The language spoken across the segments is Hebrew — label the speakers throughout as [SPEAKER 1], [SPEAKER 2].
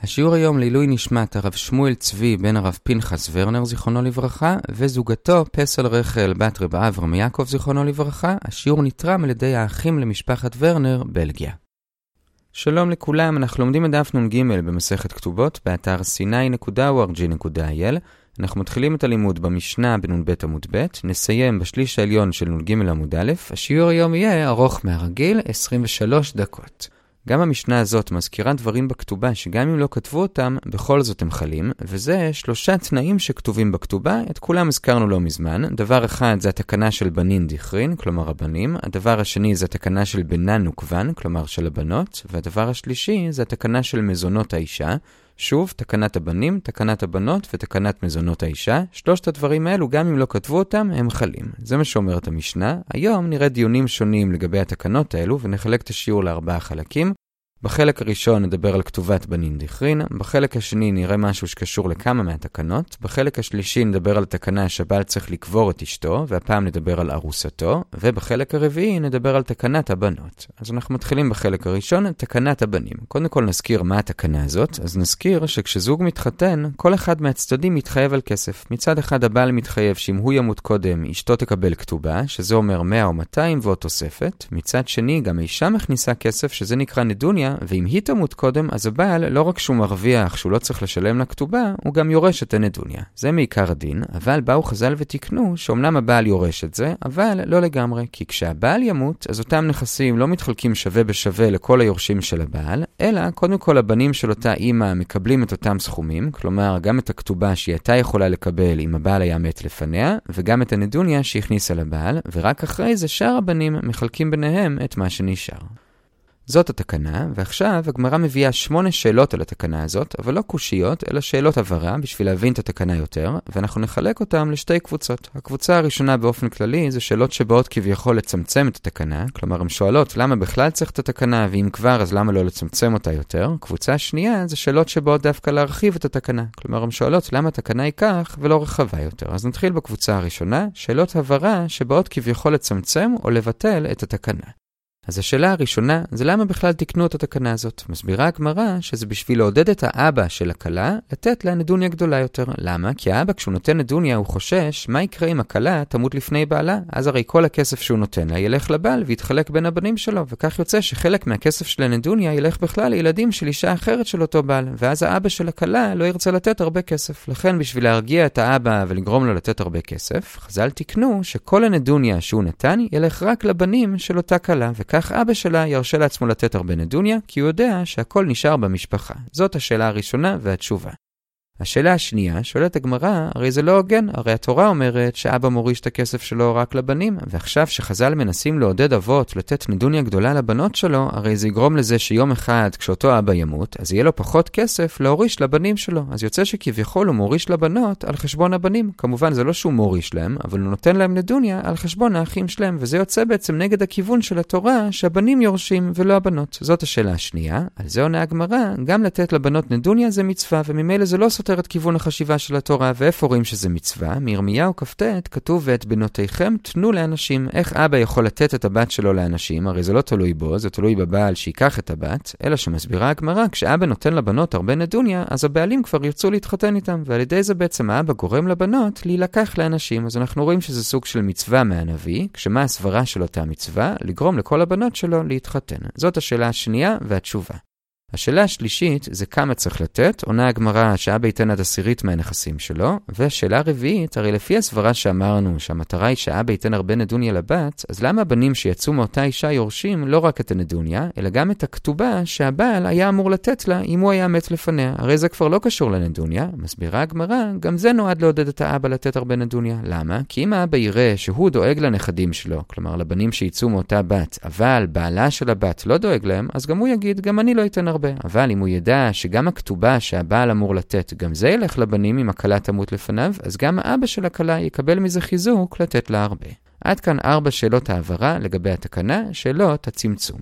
[SPEAKER 1] השיעור היום לעילוי נשמת הרב שמואל צבי בן הרב פנחס ורנר זיכרונו לברכה וזוגתו פסל רחל בת רב אברהם יעקב זיכרונו לברכה. השיעור נתרם על ידי האחים למשפחת ורנר, בלגיה. שלום לכולם, אנחנו לומדים את דף נ"ג במסכת כתובות באתר sinai.org.il. אנחנו מתחילים את הלימוד במשנה בנ"ב עמוד ב', נסיים בשליש העליון של נ"ג עמוד א'. השיעור היום יהיה ארוך מהרגיל, 23 דקות. גם המשנה הזאת מזכירה דברים בכתובה שגם אם לא כתבו אותם, בכל זאת הם חלים, וזה 3 תנאים שכתובים בכתובה, את כולם הזכרנו לא מזמן. דבר אחד זה התקנה של בנין דיכרין, כלומר הבנים. הדבר השני זה התקנה של בנן נוקבן, כלומר של הבנות. והדבר השלישי זה התקנה של מזונות האישה. שוב, תקנת הבנים, תקנת הבנות ותקנת מזונות האישה. 3 הדברים האלו, גם אם לא כתבו אותם, הם חלים. זה מה שאומרת המשנה. היום נראה דיונים שונים לגבי התקנות האלו, ונחלק את השיעור ל4 חלקים. בחלק הראשון נדבר על כתובת בנין דיכרין, בחלק השני נראה משהו שקשור לכמה מהתקנות, בחלק השלישי נדבר על תקנה שהבעל צריך לקבור את אשתו, והפעם נדבר על ארוסתו, ובחלק הרביעי נדבר על תקנת הבנות. אז אנחנו מתחילים בחלק הראשון, תקנת הבנים. קודם כל נזכיר מה התקנה הזאת, אז נזכיר שכשזוג מתחתן, כל אחד מהצדדים מתחייב על כסף. מצד אחד הבעל מתחייב שאם הוא ימות קודם, אשתו תקבל כתובה, שזה אומר 100 או 200 ועוד תוספת. מצד שני, גם האישה מכניסה כסף, שזה נקרא נדוניה, ואם היא תמות קודם, אז הבעל לא רק שהוא מרוויח שהוא לא צריך לשלם לכתובה, הוא גם יורש את הנדוניה. זה מעיקר הדין, אבל באו חז"ל ותקנו שאומנם הבעל יורש את זה, אבל לא לגמרי, כי כשהבעל ימות, אז אותם נכסים לא מתחלקים שווה בשווה לכל היורשים של הבעל, אלא קודם כל הבנים של אותה אמא מקבלים את אותם סכומים, כלומר גם את הכתובה שהיא הייתה יכולה לקבל אם הבעל היה מת לפניה, וגם את הנדוניה שהכניסה לבעל, ורק אחרי זה שאר הבנים מחלקים ביניהם את מה שנשאר. זאת התקנה, ועכשיו הגמרא מביאה 8 שאלות על התקנה הזאת, אבל לא קושיות, אלא שאלות הבהרה בשביל להבין את התקנה יותר, ואנחנו נחלק אותם לשתי קבוצות. הקבוצה הראשונה באופן כללי זה שאלות שבאות כביכול לצמצם את התקנה, כלומר הן שואלות למה בכלל צריך את התקנה, ואם כבר אז למה לא לצמצם אותה יותר. קבוצה שנייה זה שאלות שבאות דווקא להרחיב את התקנה, כלומר הן שואלות למה התקנה היא כך ולא רחבה יותר. אז נתחיל בקבוצה הראשונה, שאלות הבהרה שבאות כביכול לצמצם או לבטל את התקנה. אז השאלה הראשונה זה למה בכלל תקנו את התקנה הזאת. מסבירה הגמרא שזה בשביל לעודד את האבא של הכלה לתת לה נדוניה גדולה יותר. למה? כי האבא כשהוא נותן נדוניה הוא חושש מה יקרה אם הכלה תמות לפני בעלה. אז הרי כל הכסף שהוא נותן לה ילך לבעל ויתחלק בין הבנים שלו, וכך יוצא שחלק מהכסף של הנדוניה ילך בכלל לילדים של אישה אחרת של אותו בעל, ואז האבא של הכלה לא ירצה לתת הרבה כסף. לכן בשביל להרגיע את האבא ולגרום לו לתת הרבה כסף, חז"ל תקנו שכל הנדוניה שהוא נתן ילך רק לבנים של אותה כלה, כך אבא שלה ירשה לעצמו לתת הרבה נדוניה, כי הוא יודע שהכל נשאר במשפחה. זאת השאלה הראשונה והתשובה. השאלה השנייה, שואלת הגמרא, הרי זה לא הוגן, הרי התורה אומרת שאבא מוריש את הכסף שלו רק לבנים, ועכשיו שחז"ל מנסים לעודד אבות לתת נדוניה גדולה לבנות שלו, הרי זה יגרום לזה שיום אחד כשאותו אבא ימות, אז יהיה לו פחות כסף להוריש לבנים שלו, אז יוצא שכביכול הוא מוריש לבנות על חשבון הבנים. כמובן זה לא שהוא מוריש להם, אבל הוא נותן להם נדוניה על חשבון האחים שלהם, וזה יוצא בעצם נגד הכיוון של התורה שהבנים יורשים ולא הבנות. זאת השאלה השנייה. על זה עונה הגמרא, גם לתת לבנות נדוניה זה מצווה, וממילא זה לא סותר את כיוון החשיבה של התורה. ואיפה רואים שזה מצווה? מירמיהו כ"ט כתוב ואת בנותיכם תנו לאנשים. איך אבא יכול לתת את הבת שלו לאנשים? הרי זה לא תלוי בו, זה תלוי בבעל שיקח את הבת, אלא שמסבירה הגמרא, כשאבא נותן לבנות הרבה נדוניה, אז הבעלים כבר ירצו להתחתן איתם, ועל ידי זה בעצם האבא גורם לבנות להילקח לאנשים. אז אנחנו רואים שזה סוג של מצווה מהנביא, כשמה הסברה של אותה מצווה? לגרום לכל הבנות שלו להתחתן. זאת השאלה השנייה והתשובה. השאלה השלישית זה כמה צריך לתת, עונה הגמרא שאבא ייתן עד 10 מהנכסים שלו, והשאלה הרביעית, הרי לפי הסברה שאמרנו שהמטרה היא שאבא ייתן הרבה נדוניה לבת, אז למה הבנים שיצאו מאותה אישה יורשים לא רק את הנדוניה, אלא גם את הכתובה שהבעל היה אמור לתת לה אם הוא היה מת לפניה? הרי זה כבר לא קשור לנדוניה. מסבירה הגמרא, גם זה נועד לעודד את האבא לתת הרבה נדוניה. למה? כי אם האבא יראה שהוא דואג לנכדים שלו, כלומר לבנים שיצאו מאותה בת, אבל בעלה של הבת לא דואג להם, אז גם הוא יגיד, גם אני לא אתן הרבה. אבל אם הוא ידע שגם הכתובה שהבעל אמור לתת, גם זה ילך לבנים אם הכלה תמות לפניו, אז גם האבא של הכלה יקבל מזה חיזוק לתת לה הרבה. עד כאן 4 שאלות העברה לגבי התקנה, שאלות הצמצום.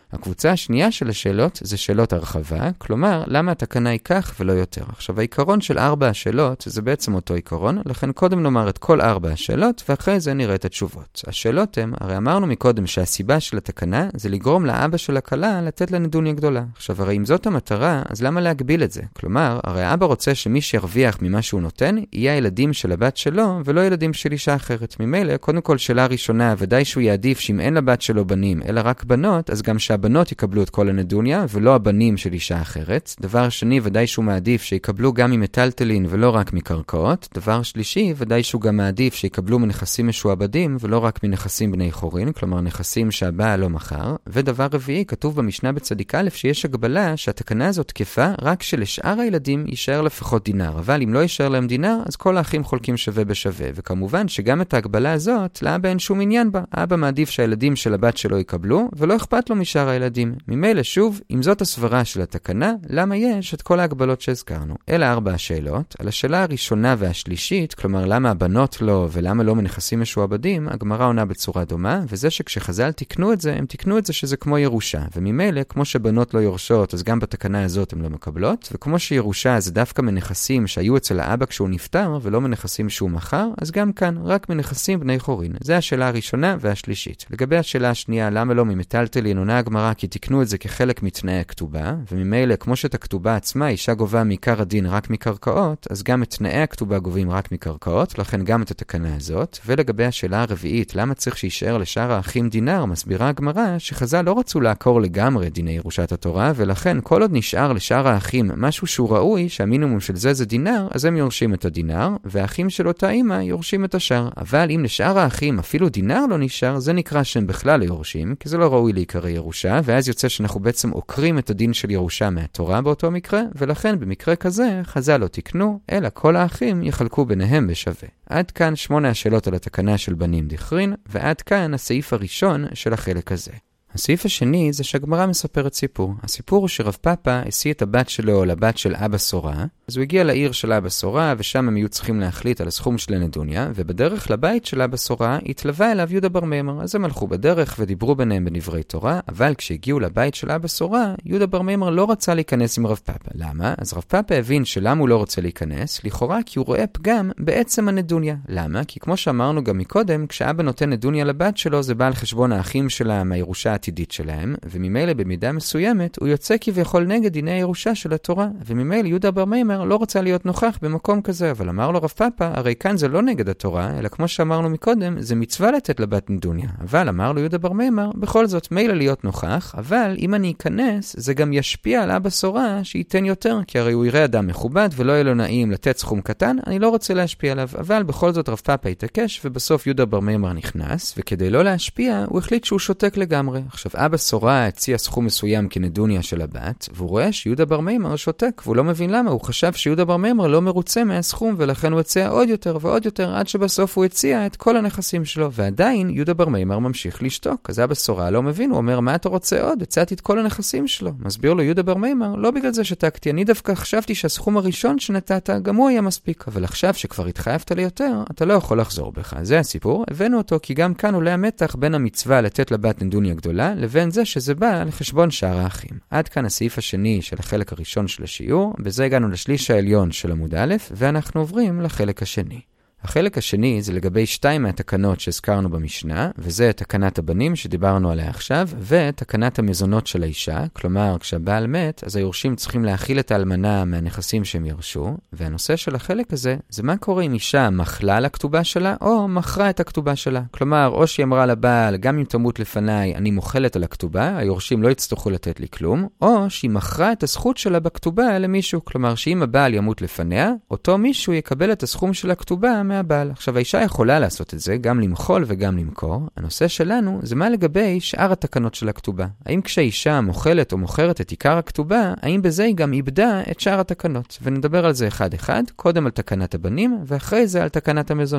[SPEAKER 1] הקבוצה השנייה של השאלות זה שאלות הרחבה, כלומר, למה התקנה היא כך ולא יותר. עכשיו, העיקרון של 4 השאלות זה בעצם אותו עיקרון, לכן קודם נאמר את כל 4 השאלות, ואחרי זה נראה את התשובות. השאלות הן, הרי אמרנו מקודם שהסיבה של התקנה זה לגרום לאבא של הכלה לתת לה נדוניה גדולה. עכשיו, הרי אם זאת המטרה, אז למה להגביל את זה? כלומר, הרי האבא רוצה שמי שירוויח ממה שהוא נותן, יהיה הילדים של הבת שלו, ולא ילדים של אישה אחרת. ממילא, קודם כל שאלה ראשונה, ודאי שהוא יעדיף שאם אין לבת שלו בנים, אלא רק בנות, אז גם שהבנות יקבלו את כל הנדוניה, ולא הבנים של אישה אחרת. דבר שני, ודאי שהוא מעדיף שיקבלו גם ממטלטלין ולא רק מקרקעות. דבר שלישי, ודאי שהוא גם מעדיף שיקבלו מנכסים משועבדים, ולא רק מנכסים בני חורין, כלומר נכסים שהבעל לא מכר. ודבר רביעי, כתוב במשנה בצדיק א' שיש הגבלה שהתקנה הזאת תקפה רק שלשאר הילדים יישאר לפחות דינר, אבל אם לא יישאר להם דינר, אז כל האחים חולקים שווה בשווה. וכמובן שגם את ההגבלה הזאת, לאבא אין שום עניין בה. האבא מעדיף שהילדים של הבת שלו יקבלו, ולא אכפת לו משאר הילדים. ממילא שוב, אם זאת הסברה של התקנה, למה יש את כל ההגבלות שהזכרנו? אלה 4 השאלות. על השאלה הראשונה והשלישית, כלומר למה הבנות לא ולמה לא מנכסים משועבדים, הגמרא עונה בצורה דומה, וזה שכשחז"ל תיקנו את זה, הם תיקנו את זה שזה כמו ירושה. וממילא, כמו שבנות לא יורשות, אז גם בתקנה הזאת הן לא מקבלות, וכמו שירושה זה דווקא מנכסים שהיו אצל האבא כשהוא נפטר, ולא מנכסים שהוא מכר, אז גם כאן רק מנכסים בני חורין. זה השאלה הראשונה והשלישית. לגבי השאלה השנייה, למה לא ממטלטלין, עונה הגמרא כי תיקנו את זה כחלק מתנאי הכתובה, וממילא כמו שאת הכתובה עצמה אישה גובה מעיקר הדין רק מקרקעות, אז גם את תנאי הכתובה גובים רק מקרקעות, לכן גם את התקנה הזאת. ולגבי השאלה הרביעית, למה צריך שישאר לשאר האחים דינר, מסבירה הגמרא שחז"ל לא רצו לעקור לגמרי דיני ירושת התורה, ולכן כל עוד נשאר לשאר האחים משהו שהוא ראוי, שהמינימום של זה דינר, אז הם יורשים את הדינר, והאחים של אותה אמא יורשים את השאר. אבל אם לשאר האחים אפילו דינר לא נשאר, זה נקרא שהם בכלל לא יורשים, כי זה לא ראוי להיקרא ירושה, ואז יוצא שאנחנו בעצם עוקרים את הדין של ירושה מהתורה באותו מקרה, ולכן במקרה כזה חז"ל לא תיקנו, אלא כל האחים יחלקו ביניהם בשווה. עד כאן 8 השאלות על התקנה של בנים דכרין, ועד כאן הסעיף הראשון של החלק הזה. הסעיף השני זה שהגמרא מספרת סיפור. הסיפור הוא שרב פאפא השיא את הבת שלו לבת של אבא סורה, אז הוא הגיע לעיר של אבא סורה, ושם הם היו צריכים להחליט על הסכום של הנדוניה, ובדרך לבית של אבא סורה התלווה אליו יהודה בר מימר. אז הם הלכו בדרך ודיברו ביניהם בדברי תורה, אבל כשהגיעו לבית של אבא סורה, יהודה בר מימר לא רצה להיכנס עם רב פאפא. למה? אז רב פאפא הבין שלמה הוא לא רוצה להיכנס, לכאורה כי הוא רואה פגם בעצם הנדוניה. למה? כי כמו שאמרנו גם מקודם, כשאבא נותן נדוניה לבת שלו, זה בא על חשבון האחים שלה מהירושה העתידית שלהם, וממילא במידה מסוימת הוא יוצא כביכול נגד דיני הירושה של התורה, וממילא יהודה בר מימר לא רוצה להיות נוכח במקום כזה. אבל אמר לו רב פאפא, הרי כאן זה לא נגד התורה, אלא כמו שאמרנו מקודם, זה מצווה לתת לבת נדוניה. אבל אמר לו יהודה בר מימר, בכל זאת מילא להיות נוכח, אבל אם אני אכנס, זה גם ישפיע על אבא סורה שייתן יותר, כי הרי הוא יראה אדם מכובד ולא יהיה לו נעים לתת סכום קטן, אני לא רוצה להשפיע עליו. אבל בכל זאת רב פאפא התעקש, ובסוף יהודה בר מימר נכנס, וכדי לא להשפיע, הוא החליט שהוא שותק לגמרי. עכשיו אבא סורה הציע סכום מסוים כנדוניה של הבת, והוא רואה שיהודה בר מימר שותק, והוא לא מבין למה. הוא חשב שיהודה בר מימר לא מרוצה מהסכום, ולכן הוא הציע עוד יותר ועוד יותר, עד שבסוף הוא הציע את כל הנכסים שלו. ועדיין יהודה בר מימר ממשיך לשתוק. אז אבא סורה לא מבין, הוא אומר, מה אתה רוצה עוד? הצעתי את כל הנכסים שלו. מסביר לו יהודה בר מימר, לא בגלל זה שתקתי, אני דווקא חשבתי שהסכום הראשון שנתת גם הוא היה מספיק, אבל עכשיו שכבר התחייבת לי יותר, אתה לא יכול לחזור בך. זה הסיפור. הבאנו אותו כי גם כאן עולה המתח בין המצווה לתת לבת נדוניה גדולה, לבין זה שזה בא על חשבון שאר האחים. עד כאן הסעיף השני של החלק הראשון של השיעור, בזה הגענו לשליש העליון של עמוד א', ואנחנו עוברים לחלק השני. החלק השני זה לגבי 2 מהתקנות שהזכרנו במשנה, וזה תקנת הבנים שדיברנו עליה עכשיו, ותקנת המזונות של האישה, כלומר כשהבעל מת, אז היורשים צריכים להכיל את האלמנה מהנכסים שהם ירשו, והנושא של החלק הזה זה מה קורה אם אישה מחלה לכתובה שלה, או מכרה את הכתובה שלה. כלומר, או שהיא אמרה לבעל, גם אם תמות לפניי, אני מוכלת על הכתובה, היורשים לא יצטרכו לתת לי כלום, או שהיא מכרה את הזכות שלה בכתובה למישהו, כלומר שאם הבעל ימות לפניה, אותו מישהו יקבל את הסכום של הכתובה מהבעל. עכשיו האישה יכולה לעשות את זה, גם למחול וגם למכור. הנושא שלנו זה מה לגבי שאר התקנות של הכתובה. האם כשאישה מוכלת או מוכרת את עיקר הכתובה, האם בזה היא גם איבדה את שאר התקנות? ונדבר על זה אחד אחד, קודם על תקנת הבנים ואחרי זה על תקנת המזונות.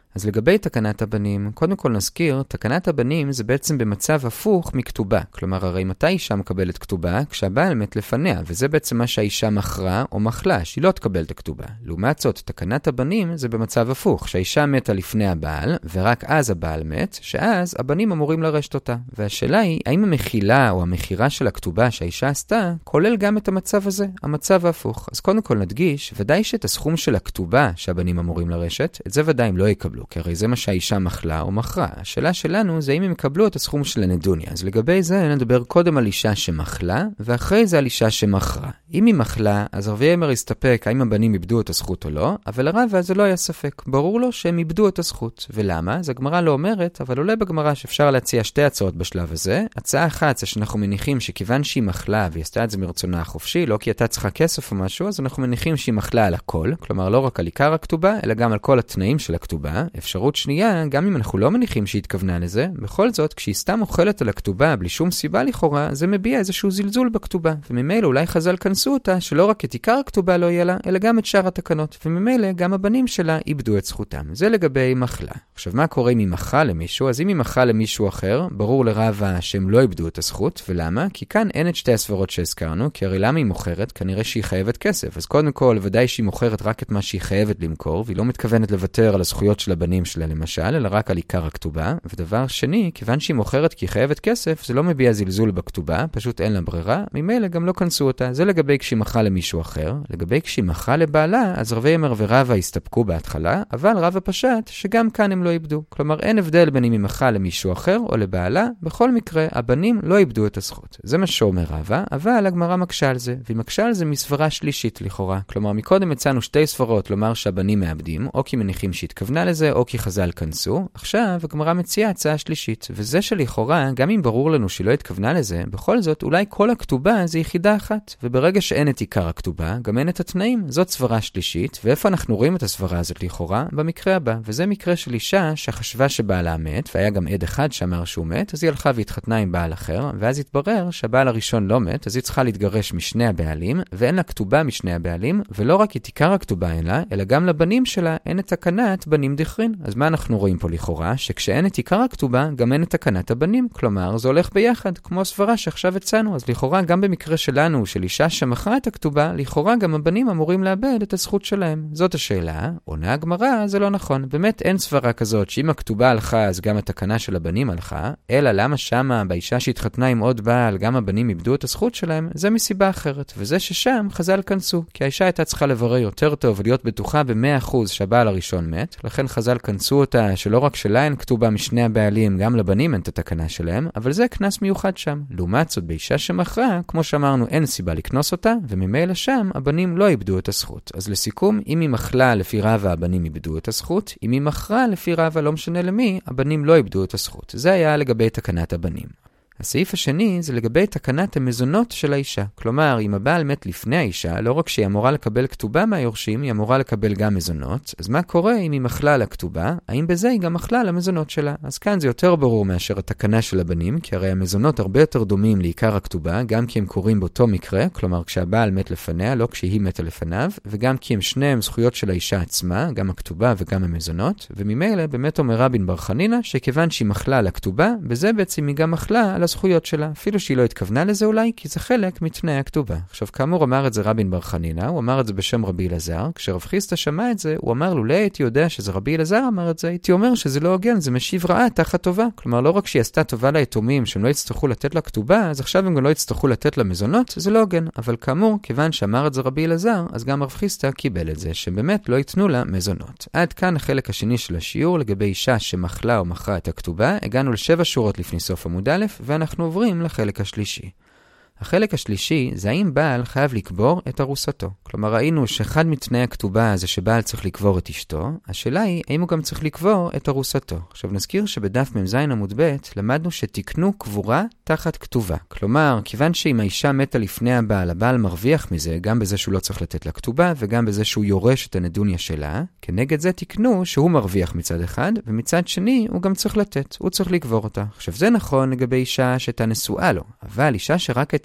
[SPEAKER 1] אז לגבי תקנת הבנים, קודם כל נזכיר, תקנת הבנים זה בעצם במצב הפוך מכתובה. כלומר, הרי מתי אישה מקבלת כתובה? כשהבעל מת לפניה, וזה בעצם מה שהאישה מכרה או מחלה, שהיא לא תקבל את הכתובה. לעומת זאת, תקנת הבנים זה במצב הפוך, שהאישה מתה לפני הבעל, ורק אז הבעל מת, שאז הבנים אמורים לרשת אותה. והשאלה היא, האם המחילה או המחירה של הכתובה שהאישה עשתה, כולל גם את המצב הזה, המצב ההפוך. אז קודם כל נדגיש, ודאי שאת הסכום של הכתובה שהבנים אמורים לרשת, את זה ודאי הם לא יקבלו, כי הרי זה מה שהאישה מחלה או מחרה. השאלה שלנו זה אם הם יקבלו את הסכום של הנדוניה. אז לגבי זה נדבר קודם על אישה שמחלה, ואחרי זה על אישה שמחרה. אם היא מחלה, אז רבי אמר יסתפק האם הבנים איבדו את הזכות או לא, אבל לרב זה לא היה ספק. ברור לו שהם איבדו את הזכות. ולמה? אז הגמרא לא אומרת, אבל עולה בגמרא שאפשר להציע שתי הצעות בשלב הזה. הצעה אחת זה שאנחנו מניחים שכיוון שהיא מחלה והיא עשתה את זה מרצונה החופשי, לא כי אתה צריכה כסף או משהו, אז אנחנו מניחים שהיא מחלה על הכל, כלומר לא רק על עיקר הכתובה, אלא גם על כל התנאים של הכתובה. אפשרות שנייה, גם אם אנחנו לא מניחים שהיא התכוונה לזה, בכל זאת, כשהיא סתם אוכלת על הכתובה בלי שום סיבה לכאורה, זה מביע איזשהו זלזול בכתובה. וממילא אולי חז"ל כנסו אותה שלא רק את עיקר הכתובה לא יהיה לה, אלא גם את שאר התקנות. וממילא גם הבנים שלה איבדו את זכותם. זה לגבי מחלה. עכשיו, מה קורה אם היא מחלה למישהו? אז אם היא מחלה למישהו אחר, ברור לרבה שהם לא איבדו את הזכות. ולמה? כי כאן אין את שתי הסברות שהזכרנו, כי הרי למה היא מוכרת? כנראה שהיא חייבת כסף. אז קודם כל, ודאי שהיא מוכרת רק את מה שהיא חייבת למכור, והיא לא מתכוונת לוותר על הזכויות של הבנים שלה למשל, אלא רק על עיקר הכתובה. ודבר שני, כיוון שהיא מוכרת כי היא חייבת כסף, זה לא מביע זלזול בכתובה, פשוט אין לה ברירה, ממילא גם לא כנסו אותה. זה לגבי כשהיא מחלה למישהו אחר. לגבי כשהיא מחלה לבעלה, אז רבי אמר ורבה הסתפקו בהתחלה, אבל רבה פשט שגם כאן הם לא איבדו. כלומר, אין הבדל בין אם היא מחלה למישהו אחר או לבעלה, בכל מקרה, הבנים לא איבדו את הזכות. זה מה שאומר רבה, אבל הגמרא מקשה על זה, והיא מקשה על זה מסברה שלישית לכאורה. כלומר, מקודם הצענו שתי סברות לומר שהבנים מאבדים, או כי מניחים שהתכוונה לזה, או כי חז"ל כנסו. עכשיו, הגמרא מציעה הצעה שלישית, וזה שלכאורה, גם אם ברור לנו שהיא לא התכוונה לזה, בכל זאת, אולי כל הכתובה זה יחידה אחת, וברגע שאין את עיקר הכתובה, גם אין את התנאים. זאת סברה שלישית, ואיפה אנחנו רואים את הסברה הזאת לכאורה? במקרה הבא, וזה מקרה של אישה שחשבה שבעלה מת, והיה גם עד אחד שאמר שהוא מת, אז היא הלכה והתחתנה עם בעל אחר, ואז התברר שהבעל הראשון לא מת, אז היא צריכה להתגרש משני הבעלים, ואין לה כתובה משני הבעלים, ולא רק את עיקר הכתובה אין לה, אלא גם לבנים שלה אין את תקנת בנים דכרין. אז מה אנחנו רואים פה לכאורה? שכשאין את עיקר הכתובה, גם אין את תקנת הבנים. כלומר, זה הולך ביחד, כמו הסברה שעכשיו הצענו. אז לכאורה גם במקרה שלנו, של אישה שמכרה את הכתובה, לכאורה גם הבנים אמורים לאבד את הזכות שלהם. זאת השאלה. עונה הגמרא, זה לא נכון. באמת אין סברה כזאת שאם הכתובה הלכה, אז גם התקנה של הבנים הלכה. אלא למה שמה, באישה שהתחתנה עם עוד בעל, גם הבנים איבדו את הזכות שלהם? זה מסיבה אחרת. וזה ששם חז"ל כנסו. כי האישה הייתה צריכה לברר יותר טוב ולהיות בטוחה ב100% שהבעל הראשון מת. לכן חז"ל כנסו אותה שלא רק שלה אין כתובה משני הבעלים, גם לבנים אין את התקנה שלהם, אבל זה כנס מיוחד שם. לעומת זאת, באישה שמכרה, כמו שאמרנו, אין סיבה לקנוס אותה, וממילא שם הבנים לא איבדו את הזכות. אז לסיכום, אם היא מחלה לפי רבה, הבנים איבדו את הזכות. אם היא מכרה לפי רבה, לא משנה למי, הבנים לא איבדו את הזכות. זה היה לגבי תקנת הבנים. הסעיף השני זה לגבי תקנת המזונות של האישה. כלומר, אם הבעל מת לפני האישה, לא רק שהיא אמורה לקבל כתובה מהיורשים, היא אמורה לקבל גם מזונות. אז מה קורה אם היא מחלה על הכתובה? האם בזה היא גם מחלה על המזונות שלה? אז כאן זה יותר ברור מאשר התקנה של הבנים, כי הרי המזונות הרבה יותר דומים לעיקר הכתובה, גם כי הם קורים באותו מקרה, כלומר כשהבעל מת לפניה, לא כשהיא מתה לפניו, וגם כי הם שניהם זכויות של האישה עצמה, גם הכתובה וגם המזונות, וממילא באמת אומר רבין בר חנינא שכיוון שהיא מחלה על הכתובה, בזה בעצם היא גם מחלה על הזכויות שלה, אפילו שהיא לא התכוונה לזה אולי, כי זה חלק מתנאי הכתובה. עכשיו, כאמור אמר את זה רבין בר חנינא, הוא אמר את זה בשם רבי אלעזר. כשרב חיסדא שמע את זה, הוא אמר לו, הייתי יודע שזה רבי אלעזר אמר את זה, הייתי אומר שזה לא הוגן, זה משיב רעה תחת טובה. כלומר, לא רק שהיא עשתה טובה ליתומים, שהם לא יצטרכו לתת לה כתובה, אז עכשיו הם גם לא יצטרכו לתת לה מזונות, זה לא הוגן. אבל כאמור, כיוון שאמר את זה רבי אלעזר, אז גם רב חיסדא קיבל את זה, שבאמת לא ייתנו לה מזונות. עד כאן החלק השני של השיעור לגבי אישה שמחלה או מכרה את הכתובה. הגענו ל7 שורות לפני סוף עמוד א', ואנחנו עוברים לחלק השלישי. החלק השלישי זה האם בעל חייב לקבור את ארוסתו. כלומר, ראינו שאחד מתנאי הכתובה זה שבעל צריך לקבור את אשתו. השאלה היא, האם הוא גם צריך לקבור את ארוסתו. עכשיו נזכיר שבדף מ"ז עמוד ב' למדנו שתקנו קבורה תחת כתובה. כלומר, כיוון שאם האישה מתה לפני הבעל, הבעל מרוויח מזה, גם בזה שהוא לא צריך לתת לה כתובה, וגם בזה שהוא יורש את הנדוניה שלה. כנגד זה תקנו שהוא מרוויח מצד אחד, ומצד שני הוא גם צריך לתת, הוא צריך לקבור אותה. עכשיו זה נכון לגבי אישה שהייתה נשואה לו, אבל אישה שרק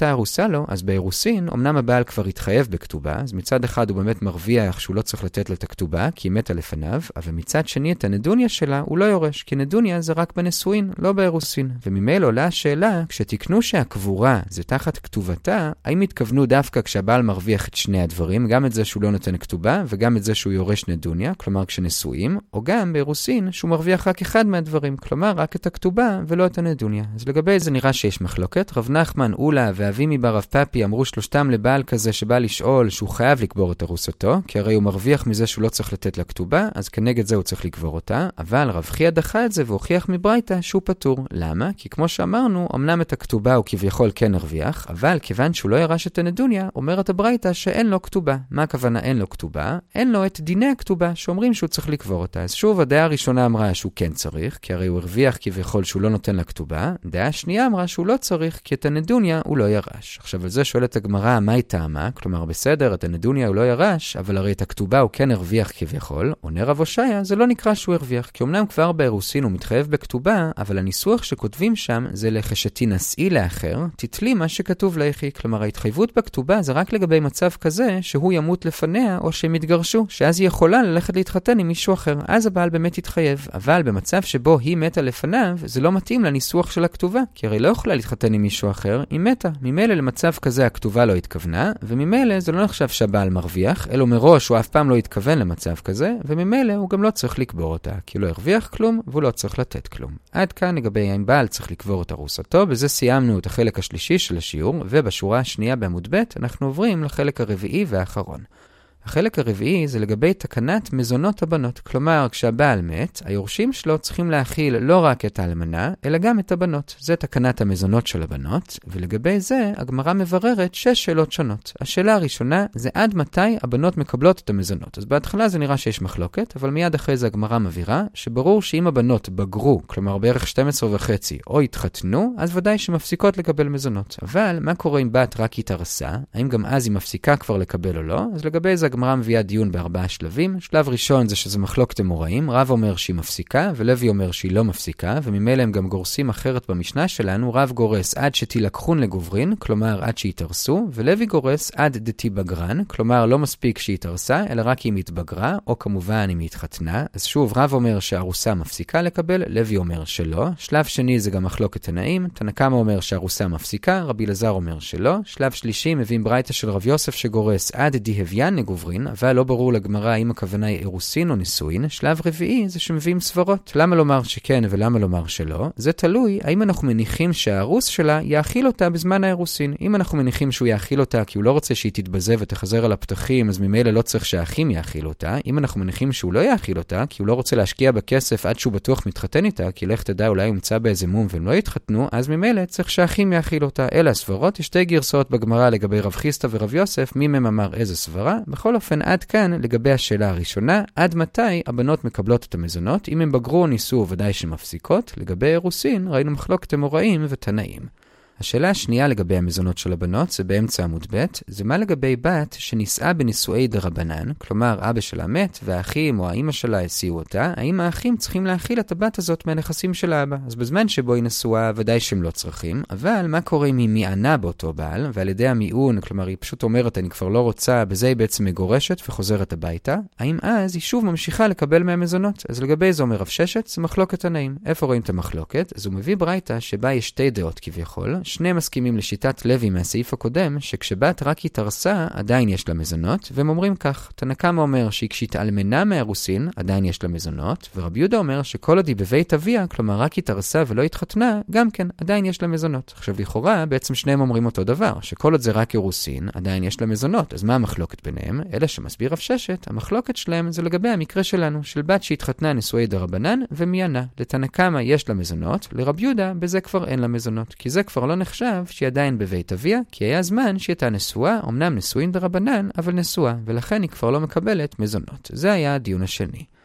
[SPEAKER 1] הייתה ארוסה לו, אז באירוסין, אמנם הבעל כבר התחייב בכתובה, אז מצד אחד הוא באמת מרוויח שהוא לא צריך לתת לה את הכתובה, כי היא מתה לפניו, אבל מצד שני את הנדוניה שלה הוא לא יורש, כי נדוניה זה רק בנשואין, לא באירוסין. וממילא עולה השאלה, כשתקנו שהקבורה זה תחת כתובתה, האם התכוונו דווקא כשהבעל מרוויח את שני הדברים, גם את זה שהוא לא נותן כתובה, וגם את זה שהוא יורש נדוניה, כלומר כשנשואים, או גם באירוסין שהוא מרוויח רק אחד מהדברים, כלומר רק את הכתובה ולא את הנדוניה. אז לגבי זה נראה שיש מחלוקת. רב נחמן, אולה ואבימי בר רב פאפי אמרו שלושתם לבעל כזה שבא לשאול שהוא חייב לקבור את ארוסתו, כי הרי הוא מרוויח מזה שהוא לא צריך לתת לה כתובה, אז כנגד זה הוא צריך לקבור אותה, אבל רב חייא דחה את זה והוכיח מברייתא שהוא פטור. למה? כי כמו שאמרנו, אמנם את הכתובה הוא כביכול כן הרוויח, אבל כיוון שהוא לא ירש את הנדוניה, אומרת הברייתא שאין לו כתובה. מה הכוונה אין לו כתובה? אין לו את דיני הכתובה שאומרים שהוא צריך לקבור אותה. אז שוב, הדעה הראשונה אמרה שהוא כן צריך, כי הרי הוא הרוויח כביכול שהוא לא נותן לה כתובה. הדעה השנייה אמרה שהוא לא צריך, כי את הנדוניה הוא לא ירש. עכשיו על זה שואלת הגמרא, מה היא טעמה? כלומר בסדר, את הנדוניה הוא לא ירש, אבל הרי את הכתובה הוא כן הרוויח כביכול. עונה רב הושעיה, זה לא נקרא שהוא הרוויח, כי אמנם כבר באירוסין הוא מתחייב בכתובה, אבל הניסוח שכותבים שם זה שתינשאי לאחר, תתלי מה שכתוב לכי. כלומר ההתחייבות בכתובה זה רק לגבי מצב כזה שהוא ימות לפניה או שהם יתגרשו, שאז היא יכולה ללכת להתחתן עם מישהו אחר. אז הבעל באמת יתחייב. אבל במצב שבו היא מתה לפניו, זה לא מתאים לניסוח של הכתובה, כי הרי לא יכולה להתחתן עם מישהו אחר, היא מתה. ממילא למצב כזה הכתובה לא התכוונה, וממילא זה לא נחשב שהבעל מרוויח, אלא מראש הוא אף פעם לא התכוון למצב כזה, וממילא הוא גם לא צריך לקבור אותה, כי הוא לא הרוויח כלום והוא לא צריך לתת כלום. עד כאן לגבי האם בעל צריך לקבור את ארוסתו. בזה סיימנו את החלק השלישי של השיעור, ובשורה השנייה בעמוד ב' אנחנו עוברים לחלק הרביעי והאחרון. החלק הרביעי זה לגבי תקנת מזונות הבנות. כלומר, כשהבעל מת, היורשים שלו צריכים להכיל לא רק את האלמנה, אלא גם את הבנות. זה תקנת המזונות של הבנות, ולגבי זה הגמרא מבררת 6 שאלות שונות. השאלה הראשונה זה עד מתי הבנות מקבלות את המזונות. אז בהתחלה זה נראה שיש מחלוקת, אבל מיד אחרי זה הגמרא מבהירה שברור שאם הבנות בגרו, כלומר בערך 12.5 או התחתנו, אז ודאי שמפסיקות לקבל מזונות. אבל מה קורה אם בת רק התארסה? האם גם אז היא מפסיקה כבר לקבל או לא? אז לגבי זה הגמרא מביאה דיון ב4 שלבים. שלב ראשון זה שזה מחלוקת אמוראים. רב אומר שהיא מפסיקה, ולוי אומר שהיא לא מפסיקה, וממילא הם גם גורסים אחרת במשנה שלנו. רב גורס עד שתילקחון לגוברין, כלומר עד שהתארסו, ולוי גורס עד דתיבגרן, כלומר לא מספיק שהתארסה, אלא רק אם התבגרה, או כמובן אם התחתנה. אז שוב, רב אומר שהארוסה מפסיקה לקבל, לוי אומר שלא. שלב שני זה גם מחלוקת תנאים. תנא קמא אומר שהארוסה מפסיקה, רבי אלעזר אומר שלא. שלב שלישי מביאים ברייתא של רב יוסף שגורס עד דהביין לגוברין, אבל לא ברור לגמרא אם הכוונה היא אירוסין או נישואין. שלב רביעי זה שמביאים סברות. למה לומר שכן ולמה לומר שלא? זה תלוי האם אנחנו מניחים שהארוס שלה יאכיל אותה בזמן האירוסין. אם אנחנו מניחים שהוא יאכיל אותה כי הוא לא רוצה שהיא תתבזה ותחזר על הפתחים, אז ממילא לא צריך שהאחים יאכיל אותה. אם אנחנו מניחים שהוא לא יאכיל אותה כי הוא לא רוצה להשקיע בכסף עד שהוא בטוח מתחתן איתה, כי לך תדע אולי הוא מצא באיזה מום והם לא יתחתנו, אז ממילא צריך שהאחים יאכיל אותה. אלה הסברות. יש 2 גרסאות בגמרא לגבי רב חיסטה ורב יוסף, מי מהם אמר איזה סברה. בכל אופן עד כאן לגבי השאלה הראשונה, עד מתי הבנות מקבלות את המזונות. אם הם בגרו או ניסו ודאי שמפסיקות. לגבי אירוסין ראינו מחלוקת אמוראים ותנאים. השאלה השנייה לגבי המזונות של הבנות זה באמצע עמוד ב', זה מה לגבי בת שנישאה בנישואי דרבנן, כלומר אבא שלה מת והאחים או האמא שלה הסיעו אותה, האם האחים צריכים להאכיל את הבת הזאת מהנכסים של האבא? אז בזמן שבו היא נשואה ודאי שהם לא צריכים, אבל מה קורה אם היא מיענה באותו בעל, ועל ידי המיעון, כלומר היא פשוט אומרת אני כבר לא רוצה, בזה היא בעצם מגורשת וחוזרת הביתה, האם אז היא שוב ממשיכה לקבל מהמזונות? אז לגבי זה אומר רב ששת, זה מחלוקת תנאים. איפה רואים את המחלוקת? אז הוא מביא ברייתא שבה יש 2 דעות כביכול. שני מסכימים לשיטת לוי מהסעיף הקודם, שכשבת רק התארסה, עדיין יש לה מזונות, והם אומרים כך, תנא קמא אומר שכשהתאלמנה מאירוסין, עדיין יש לה מזונות, ורבי יהודה אומר שכל עוד היא בבית אביה, כלומר רק התארסה ולא התחתנה, גם כן, עדיין יש לה מזונות. עכשיו לכאורה, בעצם שניהם אומרים אותו דבר, שכל עוד זה רק אירוסין, עדיין יש לה מזונות. אז מה המחלוקת ביניהם? אלא שמסביר רב ששת, המחלוקת שלהם זה לגבי המקרה שלנו, של בת שהתחתנה נישואי דרבנן ומיענה. לתנא קמא יש לה מזונות, לרבי יהודה בזה כבר אין לה מזונות, כי זה כבר לא נחשב שהיא עדיין בבית אביה, כי היה זמן שהיא הייתה נשואה, אמנם נשואים דרבנן, אבל נשואה, ולכן היא כבר לא מקבלת מזונות. זה היה הדיון השני.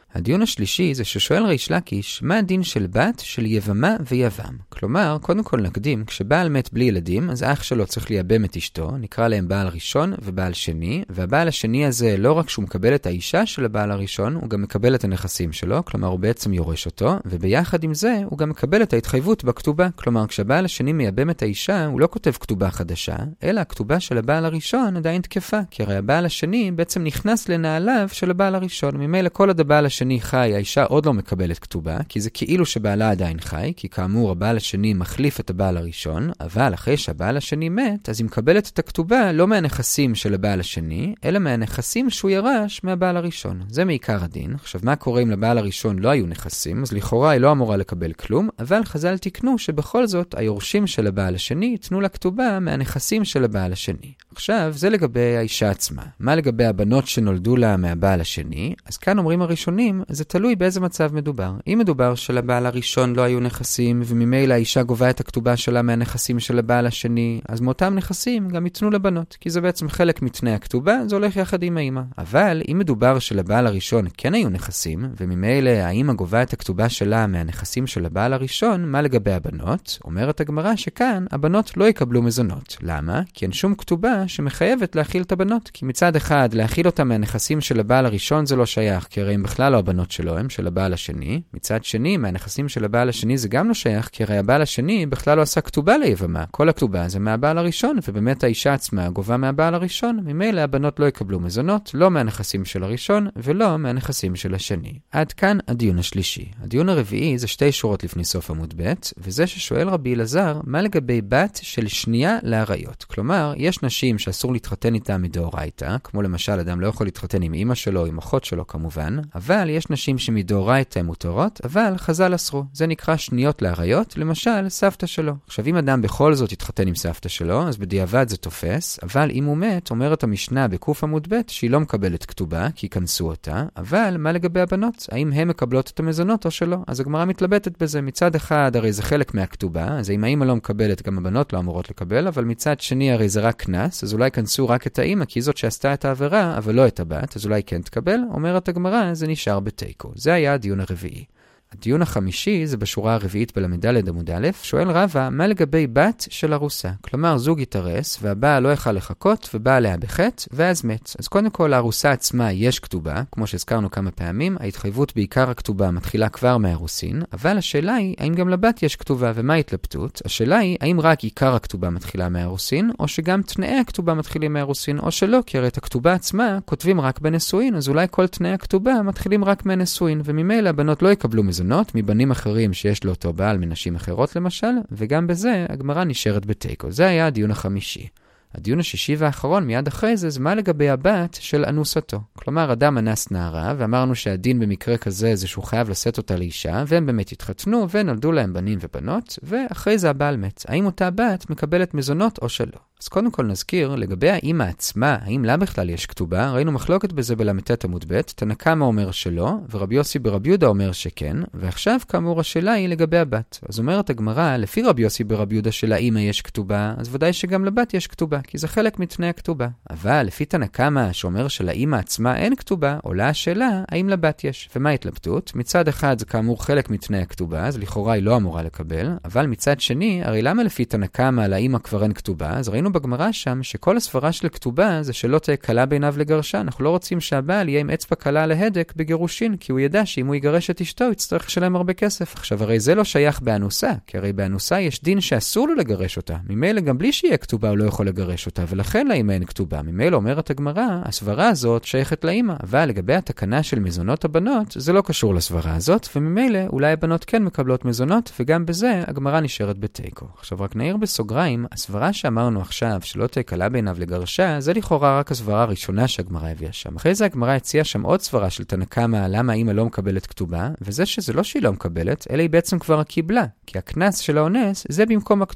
[SPEAKER 1] הדיון השלישי זה ששואל ריש לקיש, מה הדין של בת של יבמה ויבם? כלומר, קודם כל נקדים, כשבעל מת בלי ילדים, אז אח שלו צריך לייבם את אשתו, נקרא להם בעל ראשון ובעל שני, והבעל השני הזה לא רק שהוא מקבל את האישה של הבעל הראשון, הוא גם מקבל את הנכסים שלו, כלומר הוא בעצם יורש אותו, וביחד עם זה הוא גם מקבל את ההתחייבות בכתובה, כלומר כשהבעל השני מייבם את האישה, הוא לא כותב כתובה חדשה, אלא הכתובה של הבעל הראשון עדיין תקפה, כי הרי הבעל השני בעצם נכנס לנעליו של הבעל הראשון. ממילא כל עוד הבעל השני חי, האישה עוד לא מקבלת כתובה, כי זה כאילו שבעלה עדיין חי, כי כאמור הבעל השני מחליף את הבעל הראשון, אבל אחרי שהבעל השני מת, אז היא מקבלת את הכתובה לא מהנכסים של הבעל השני, אלא מהנכסים שהוא ירש מהבעל הראשון. זה מעיקר הדין. עכשיו, מה קורה אם לבעל הראשון לא היו נכסים? אז לכאורה היא לא אמורה לקבל כלום, אבל חז"ל תיקנו שבכל זאת היורשים של הבעל השני ייתנו לה כתובה מהנכסים של הבעל השני. עכשיו, זה לגבי האישה עצמה. מה לגבי הבנות שנולדו לה מהבעל השני? אז כאן אומרים הראשונים, זה תלוי באיזה מצב מדובר. אם מדובר שלבעל הראשון לא היו נכסים, וממילא האישה גובה את הכתובה שלה מהנכסים של הבעל השני, אז מאותם נכסים גם ייתנו לבנות, כי זה בעצם חלק מתנאי הכתובה, זה הולך יחד עם האמא. אבל אם מדובר שלבעל הראשון כן היו נכסים, וממילא האמא גובה את הכתובה שלה מהנכסים של הבעל הראשון, מה לגבי הבנות? אומרת הגמרא שכאן הבנות לא יקבלו מזונות. למה? כי אין שום כתובה שמחייבת להכיל את הבנות. כי מצד אחד, להכיל אותם מהנכסים של הבעל הראשון זה לא שייך, כי הרי הם בכלל לא הבנות שלו, הם של הבעל השני. מצד שני, מהנכסים של הבעל השני זה גם לא שייך, כי הרי הבעל השני בכלל לא עשה כתובה ליבמה. כל הכתובה זה מהבעל הראשון, ובאמת האישה עצמה גובה מהבעל הראשון. ממילא הבנות לא יקבלו מזונות, לא מהנכסים של הראשון, ולא מהנכסים של השני. עד כאן הדיון השלישי. הדיון הרביעי זה 2 שורות לפני סוף עמוד ב', וזה ששואל רבי אלעזר, מה לגבי בת של שנייה לעריות? כלומר, יש נשים שאסור להתחתן איתה מדאורייתא, כמו למשל אדם לא יכול להתחתן עם אמא שלו, עם אחות שלו כמובן, אבל יש נשים שמדאורייתא הן מותרות, אבל חז"ל אסרו. זה נקרא שניות לעריות, למשל סבתא שלו. עכשיו אם אדם בכל זאת יתחתן עם סבתא שלו, אז בדיעבד זה תופס, אבל אם הוא מת, אומרת המשנה בקוף עמוד ב' שהיא לא מקבלת כתובה, כי כנסו אותה, אבל מה לגבי הבנות? האם הן מקבלות את המזונות או שלא? אז הגמרא מתלבטת בזה. מצד אחד הרי זה חלק מהכתובה, אז אם האמא לא מקבלת, גם הבנות לא אמורות לקבל, אבל מצד שני הרי זה רק כנס, אז אולי כנסו רק את האמא, כי זאת שעשתה את העבירה, אבל לא את הבת, אז אולי כן תקבל. אומרת הגמרא, זה נשאר בתיקו. זה היה הדיון הרביעי. הדיון החמישי זה בשורה הרביעית בלמדלת עמוד א', שואל רבא, מה לגבי בת של ארוסה? כלומר, זוג התארס, והבעל לא יכל לחכות, ובא עליה בחטא, ואז מת. אז קודם כל, הארוסה עצמה יש כתובה, כמו שהזכרנו כמה פעמים, ההתחייבות בעיקר הכתובה מתחילה כבר מהארוסין, אבל השאלה היא, האם גם לבת יש כתובה, ומה ההתלבטות? השאלה היא, האם רק עיקר הכתובה מתחילה מהארוסין, או שגם תנאי הכתובה מתחילים מהארוסין, או שלא, כי הרי את הכתובה עצמה כותבים רק בנישואין, אז אולי כל תנאי הכתובה מתחילים רק מהנישואין, וממילא הבנות לא יקבלו מזונות מבנים אחרים שיש לו אותו בעל מנשים אחרות למשל, וגם בזה הגמרא נשארת בתיקו. זה היה הדיון החמישי. הדיון השישי והאחרון מיד אחרי זה, זה מה לגבי הבת של אנוסתו. כלומר, אדם אנס נערה, ואמרנו שהדין במקרה כזה זה שהוא חייב לשאת אותה לאישה, והם באמת התחתנו, ונולדו להם בנים ובנות, ואחרי זה הבעל מת. האם אותה בת מקבלת מזונות או שלא? אז קודם כל נזכיר, לגבי האמא עצמה, האם לה בכלל יש כתובה? ראינו מחלוקת בזה בלמתת עמוד ב', תנא קמא אומר שלא, ורבי יוסי ברבי יהודה אומר שכן, ועכשיו כאמור השאלה היא לגבי הבת. אז אומרת הגמרא, לפי רבי יוסי ברבי יהודה שלאמא יש כתובה, אז ודאי שגם לבת יש כתובה, כי זה חלק מתנאי הכתובה. אבל לפי תנא קמא שאומר שלאמא עצמה אין כתובה, עולה השאלה האם לבת יש. ומה ההתלבטות? מצד אחד זה כאמור חלק מתנאי הכתובה, אז לכאורה היא לא אמורה לקבל, אבל מצד שני, הרי למה לפי תנא קמא לאמא כבר אין כתובה? אז ראינו בגמרא שם שכל הסברה של כתובה זה שלא תהיה קלה בעיניו לגרשה. אנחנו לא רוצים שהבעל יהיה עם אצבע קלה להדק בגירושין, כי הוא ידע שאם הוא יגרש את אשתו, הוא יצטרך לשלם הרבה כסף. עכשיו הרי זה לא שייך באנוסה, כי הרי באנוסה יש דין שאסור לו לגרש אותה. ממילא גם בלי שיהיה כתובה הוא לא יכול לגרש אותה, ולכן לאמא אין כתובה. ממילא אומרת הגמרא, הסברה הזאת שייכת לאמא, אבל לגבי התקנה של מזונות הבנות, זה לא קשור לסברה הזאת, וממילא אולי הבנות כן מקבלות מזונות, וגם בזה הגמרא נשארת בתיקו. עכשיו רק נעיר בסוגריים, הסברה שאמרנו עכשיו שלא תהיה קלה בעיניו לגרשה, זה לכאורה רק הסברה הראשונה שהגמרא הביאה שם. אחרי זה הגמרא הציעה שם עוד סברה של תנא קמא, למה האמא לא מקבלת כתובה, וזה שזה לא שהיא לא מקבלת, אלא היא בעצם כבר קיבלה, כי הכנס של האונס זה במקום הכתובה.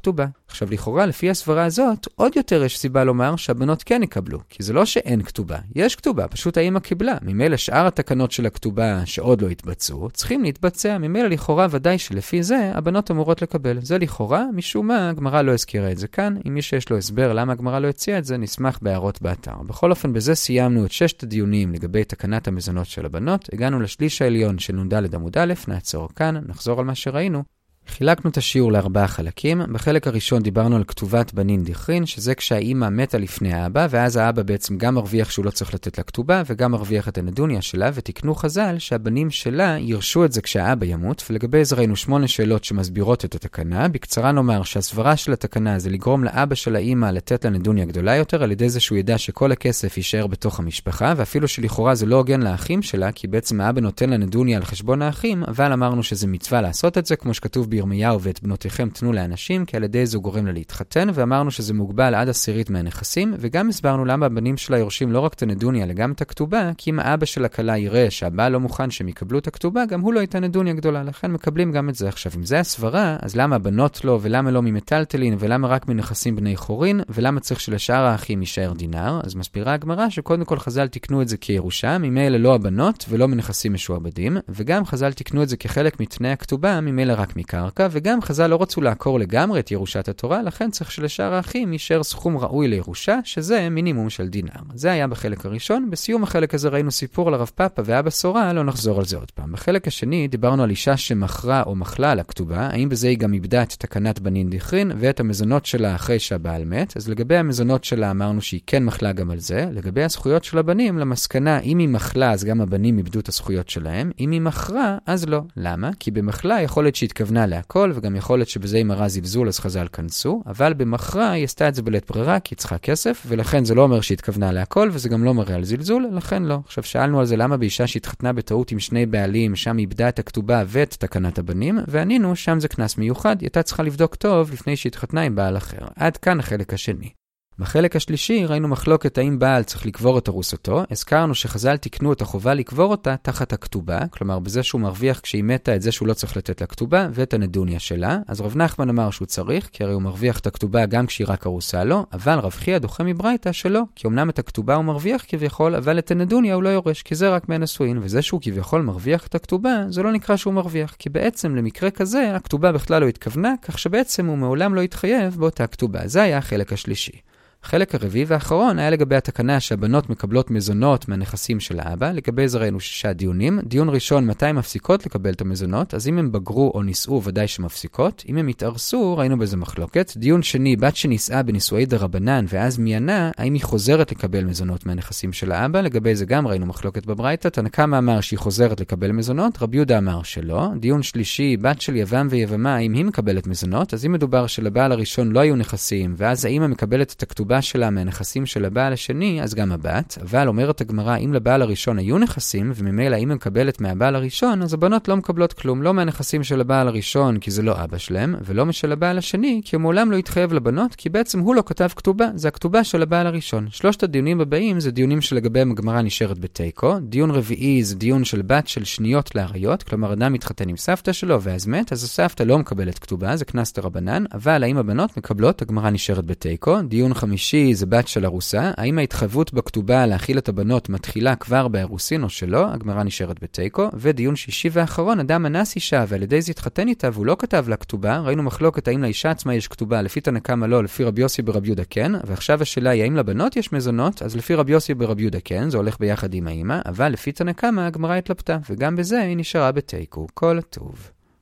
[SPEAKER 1] עכשיו לכאורה לפי הסברה הזאת, עוד יותר יש סיבה לומר שהבנות כן יקבלו, כי זה לא שאין כתובה, יש כתובה, פשוט האמא קיבלה. ממילא שאר התקנות של הכתובה שעוד לא התבצעו, צריכים להתבצע, ממילא לכאורה ודאי שלפי זה הבנות אמורות לקבל. זה לכאורה, משום מה הגמרא לא הזכירה את זה כאן. אם מי שיש לו הסבר למה הגמרא לא הציעה את זה, נשמח בהערות באתר. בכל אופן, בזה סיימנו את 6 הדיונים לגבי תקנת המזונות של הבנות. הגענו לשליש העליון של נ"ד עמוד א', נעצור כאן, נחזור על מה שראינו. חילקנו את השיעור ל4 חלקים. בחלק הראשון דיברנו על כתובת בנין דיכרין, שזה כשהאימא מתה לפני האבא, ואז האבא בעצם גם מרוויח שהוא לא צריך לתת לה כתובה, וגם מרוויח את הנדוניה שלה, ותקנו חז"ל שהבנים שלה ירשו את זה כשהאבא ימות, ולגבי זה ראינו 8 שאלות שמסבירות את התקנה. בקצרה נאמר שהסברה של התקנה זה לגרום לאבא של האימא לתת לה נדוניה גדולה יותר, על ידי זה שהוא ידע שכל הכסף יישאר בתוך המשפחה, ואפילו שלכאורה זה לא הוגן לאחים שלה, כי בעצם האבא נותן לה נדוניה על חשבון האחים, אבל אמרנו שזה מצווה לעשות את זה, כמו שכתוב בירמיהו, ואת בנותיכם תנו לאנשים, כי על ידי זה גורם לה להתחתן, ואמרנו שזה מוגבל עד 10 מהנכסים, וגם הסברנו למה הבנים שלה יורשים לא רק את הנדוניה, אלא גם את הכתובה, כי אם האבא של הכלה יראה שהבעל לא מוכן שהם יקבלו את הכתובה, גם הוא לא ייתן נדוניה גדולה, לכן מקבלים גם את זה. עכשיו, אם זה הסברה, אז למה הבנות לא, ולמה לא ממטלטלין, ולמה רק מנכסים בני חורין, ולמה צריך שלשאר האחים יישאר דינר? אז מסבירה הגמרא שקודם כל חז"ל תיקנו את זה כירושה, ממילא לא הבנות ולא מנכסים משועבדים, וגם חז"ל תיקנו את זה כחלק מתנאי הכתובה, ממילא רק מקרקע, וגם חז"ל לא רצו לעקור לגמרי את ירושת התורה, לכן צריך שלשאר האחים יישאר סכום ראוי לירושה, שזה מינימום של דינר. זה היה בחלק הראשון. בסיום החלק הזה ראינו סיפור על הרב פאפה ואבא סורה, לא נחזור על זה עוד פעם. בחלק השני דיברנו על אישה שמכרה או מחלה על הכתובה, האם בזה היא גם איבדה את תקנת בנין דיכרין ואת המזונות שלה אחרי שהבעל מת. אז לגבי המזונות שלה אמרנו שהיא כן מחלה גם על זה. לגבי הזכויות של הבנים, למסקנה, אם היא מחלה אז גם הבנים איבדו את הזכויות שלהם, אם היא מכרה אז לא. למה? כי במחלה יכול להיות שהתכוונה להכל, וגם יכול להיות שבזה היא מראה זלזול, אז חז"ל כנסו, אבל במכרה היא עשתה את זה בלית ברירה, כי היא צריכה כסף, ולכן זה לא אומר שהיא התכוונה להכל, וזה גם לא מראה על זלזול, לכן לא. עכשיו שאלנו על זה למה באישה שהתחתנה בטעות עם 2 בעלים, שם היא איבדה את הכתובה ואת תקנת הבנים, וענינו שם זה כנס מיוחד, היא הייתה צריכה לבדוק טוב לפני שהתחתנה עם בעל אחר. עד כאן החלק השני. בחלק השלישי ראינו מחלוקת האם בעל צריך לקבור את ארוסתו. הזכרנו שחז"ל תיקנו את החובה לקבור אותה תחת הכתובה, כלומר בזה שהוא מרוויח כשהיא מתה את זה שהוא לא צריך לתת לה כתובה ואת הנדוניה שלה. אז רב נחמן אמר שהוא צריך, כי הרי הוא מרוויח את הכתובה גם כשהיא רק ארוסה לו, אבל רב חייא דוחה מברייתא שלא, כי אמנם את הכתובה הוא מרוויח כביכול, אבל את הנדוניה הוא לא יורש, כי זה רק מהנשואין, וזה שהוא כביכול מרוויח את הכתובה, זה לא נקרא שהוא מרוויח, כי בעצם למקרה כזה הכתובה בכלל לא התכוונה, כך שבעצם הוא מעולם לא התחייב באותה כתובה. זה היה החלק השלישי. החלק הרביעי והאחרון היה לגבי התקנה שהבנות מקבלות מזונות מהנכסים של האבא. לגבי זה ראינו 6 דיונים. דיון ראשון, מתי הן מפסיקות לקבל את המזונות? אז אם הם בגרו או נישאו, ודאי שמפסיקות. אם הם התארסו, ראינו בזה מחלוקת. דיון שני, בת שנישאה בנישואי דרבנן ואז מיינה, האם היא חוזרת לקבל מזונות מהנכסים של האבא? לגבי זה גם ראינו מחלוקת בברייתא. תנא קמא אמר שהיא חוזרת לקבל מזונות, רבי יהודה אמר שלא. דיון שלישי, בת של יבם ויבמה, האם היא מקבלת מזונות? אז אם מדובר שלבעל הראשון לא היו נכסים, ואז האמא מקבלת את הכתובה שלה מהנכסים של הבעל השני, אז גם הבת. אבל אומרת הגמרא, אם לבעל הראשון היו נכסים, וממילא אם היא מקבלת מהבעל הראשון, אז הבנות לא מקבלות כלום, לא מהנכסים של הבעל הראשון, כי זה לא אבא שלהם, ולא משל הבעל השני, כי הוא מעולם לא התחייב לבנות, כי בעצם הוא לא כתב כתובה, זה הכתובה של הבעל הראשון. 3 הדיונים הבאים זה דיונים שלגביהם הגמרא נשארת בתיקו. דיון רביעי זה דיון של בת של שניות לעריות, כלומר אדם מתחתן עם סבתא שלו ואז מת, אז הסבתא לא מקבלת כתובה, זה כנס דרבנן, אבל האם הבנות מקבלות, הגמרא נשארת בתיקו. דיון חמישי זה בת של ארוסה, האם ההתחייבות בכתובה להכיל את הבנות מתחילה כבר בארוסין או שלא, הגמרא נשארת בתיקו. ודיון שישי ואחרון, אדם אנס אישה ועל ידי זה התחתן איתה והוא לא כתב לה כתובה, ראינו מחלוקת האם לאישה עצמה יש כתובה, לפי תנא קמא לא, לפי רבי יוסי ברבי יהודה כן, ועכשיו השאלה היא האם לבנות יש מזונות, אז לפי רבי יוסי ברבי יהודה כן, זה הולך ביחד עם האמא, אבל לפי תנא קמא הגמרא התלבטה, וגם בזה היא נשארה בתיקו. כל טוב.